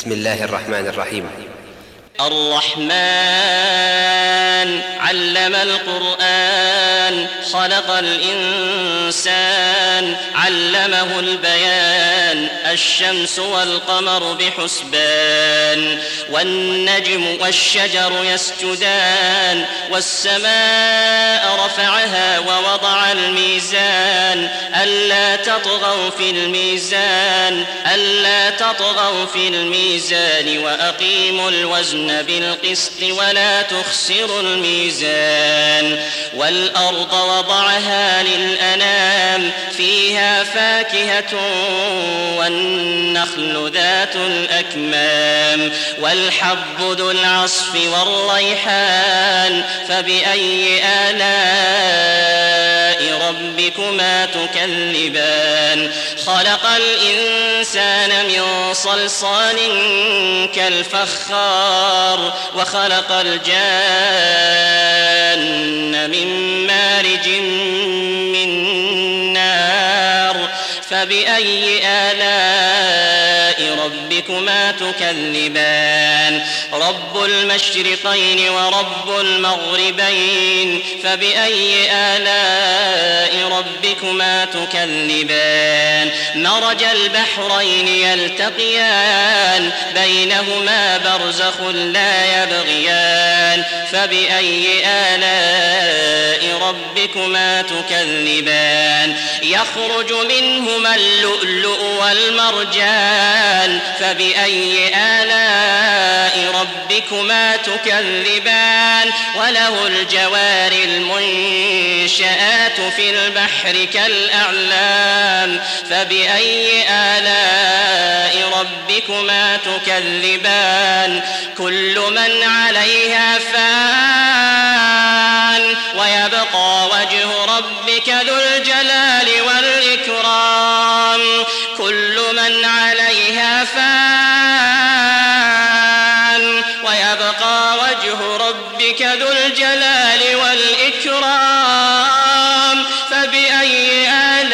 بسم الله الرحمن الرحيم. الرحمن علم القرآن خلق الإنسان علمه البيان الشمس والقمر بحسبان والنجم والشجر يسجدان والسماء رفعها ووضع الميزان ألا تطغوا في الميزان وأقيموا الوزن بالقسط ولا تخسروا الميزان والأرض وضعها للأنام فيها فاكهة والنخل ذات الأكمام والحب ذو العصف والريحان فبأي آلاء ربكما تكذبان خلق الإنسان من صلصال كالفخار وخلق الجان من مارج من نار فبأي آلاء ربكما تكذبان رب المشرقين ورب المغربين فبأي آلاء ربكما تكذبان مرج البحرين يلتقيان بينهما برزخ لا يبغيان فبأي آلاء ربكما تكذبان يخرج منهما اللؤلؤ والمرجان فبأي آلاء ربكما تكذبان وله الجوار المنشآت في البحر كالأعلام فبأي آلاء ربكما تكذبان كل من عليها فان ويبقى وجه ربك ذو الجلال والإكرام كل من عليها فان ويبقى وجه ربك ذو الجلال والإكرام فبأي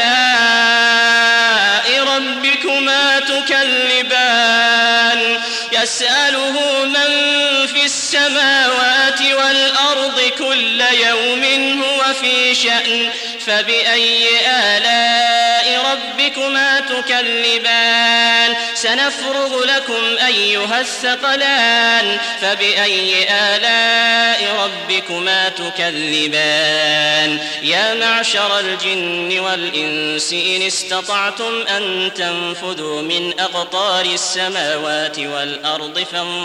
آلاء ربكما تكذبان يسأله من في السماوات والأرض كل يوم هو في شأن فبأي آلاء ربكما تكذبان سنفرغ لكم أيها الثقلان فبأي آلاء ربكما تكذبان يا معشر الجن والإنس إن استطعتم أن تنفذوا من أقطار السماوات والأرض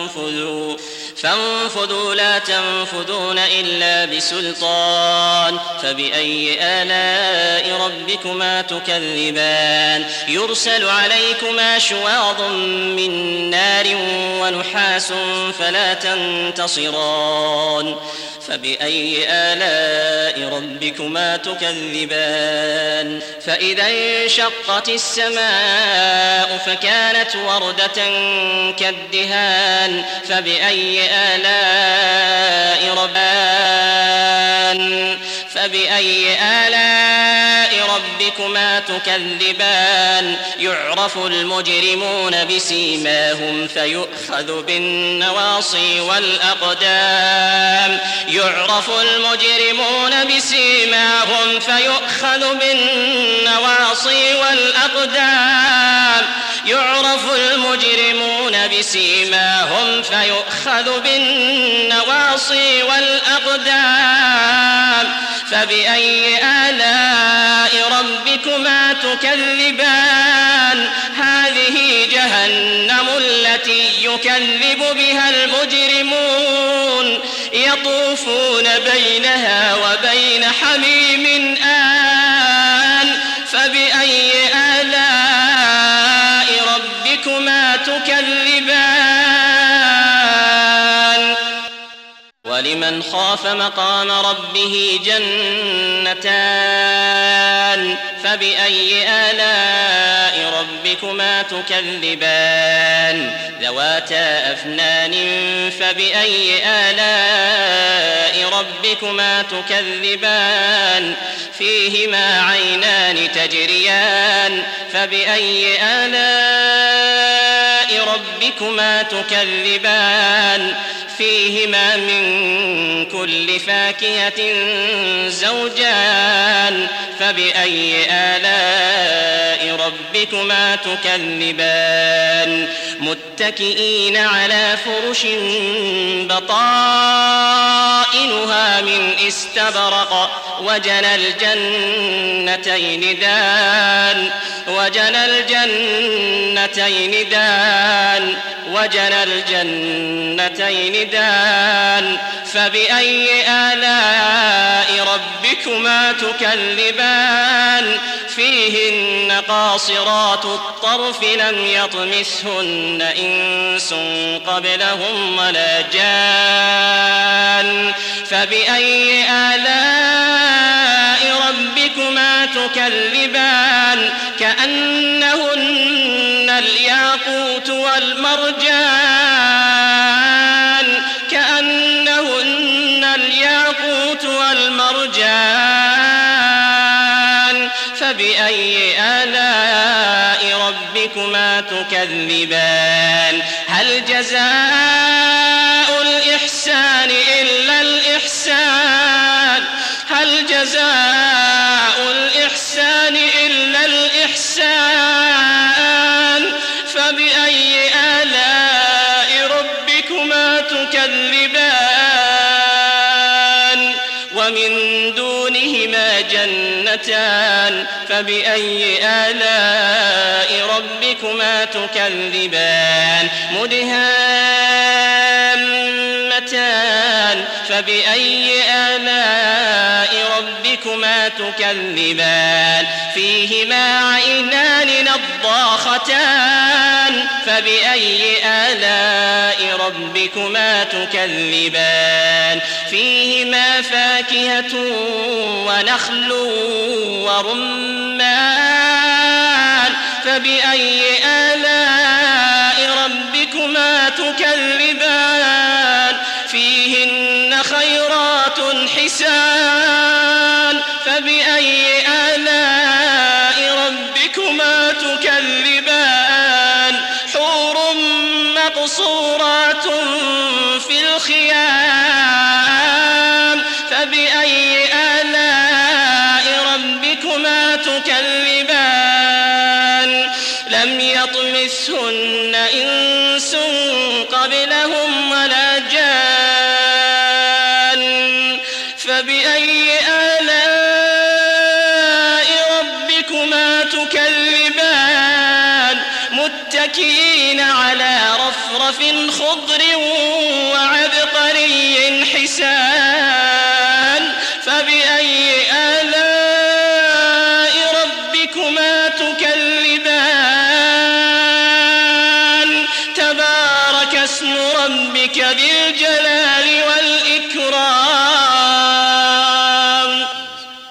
فانفذوا لا تنفذون إلا بسلطان فبأي آلاء ربكما تكذبان يرسل عليكما شواظ من نار ونحاس فلا تنتصران فبأي آلاء ربكما تكذبان فإذا انشقت السماء فكانت وردة كالدهان فبأي آلاء ربكما تكذبان يعرف المجرمون بسيماهم فيؤخذ بالنواصي والأقدام فبأي آلاء ربكما تكذبان هذه جهنم التي يكذب بها المجرمون يطوفون بينها وبين حميم آن فبأي آلاء ربكما تكذبان ولمن خاف مقام ربه جنتان فبأي آلاء ربكما تكذبان ذواتا أفنان فبأي آلاء ربكما تكذبان فيهما عينان تجريان فبأي آلاء ربكما تكذبان فيهما من كل فاكهة زوجان فبأي آلاء ربكما تكذبان متكئين على فرش بطائنها من استبرق وجنى الجنتين دان فبأي آلاء ربكما تكذبان فيهن قاصرات الطرف لم يطمثهن إنس قبلهم ولا جان فبأي آلاء ربكما تكذبان كأنهن الياقوت والمرجان فبأي آلاء ربكما تكذبان هل جزاء الإحسان إلا الإحسان فبأي آلاء ربكما تكذبان ومن دونهما جنتان فبأي آلاء ربكما تكذبان مدهامتان فبأي آلاء ربكما تكذبان فيهما عينان نضاختان فبأي آلاء ربكما تكذبان فيهما فاكهة ونخل ورمان فبأي آلاء ربكما تكذبان فيهن خيرات حسان فبأي آلاء ربكما تكذبان حور مقصورات في الخيام فبأي آلاء ربكما تكذبان لم يطمثهن إنس قبلهم ولا جان فبأي آلاء ربكما تكذبان متكئين على رفرف خضر وعبقري حسان فبأي آلاء ربكما تكذبان تبارك اسم ربك ذي الجلال والإكرام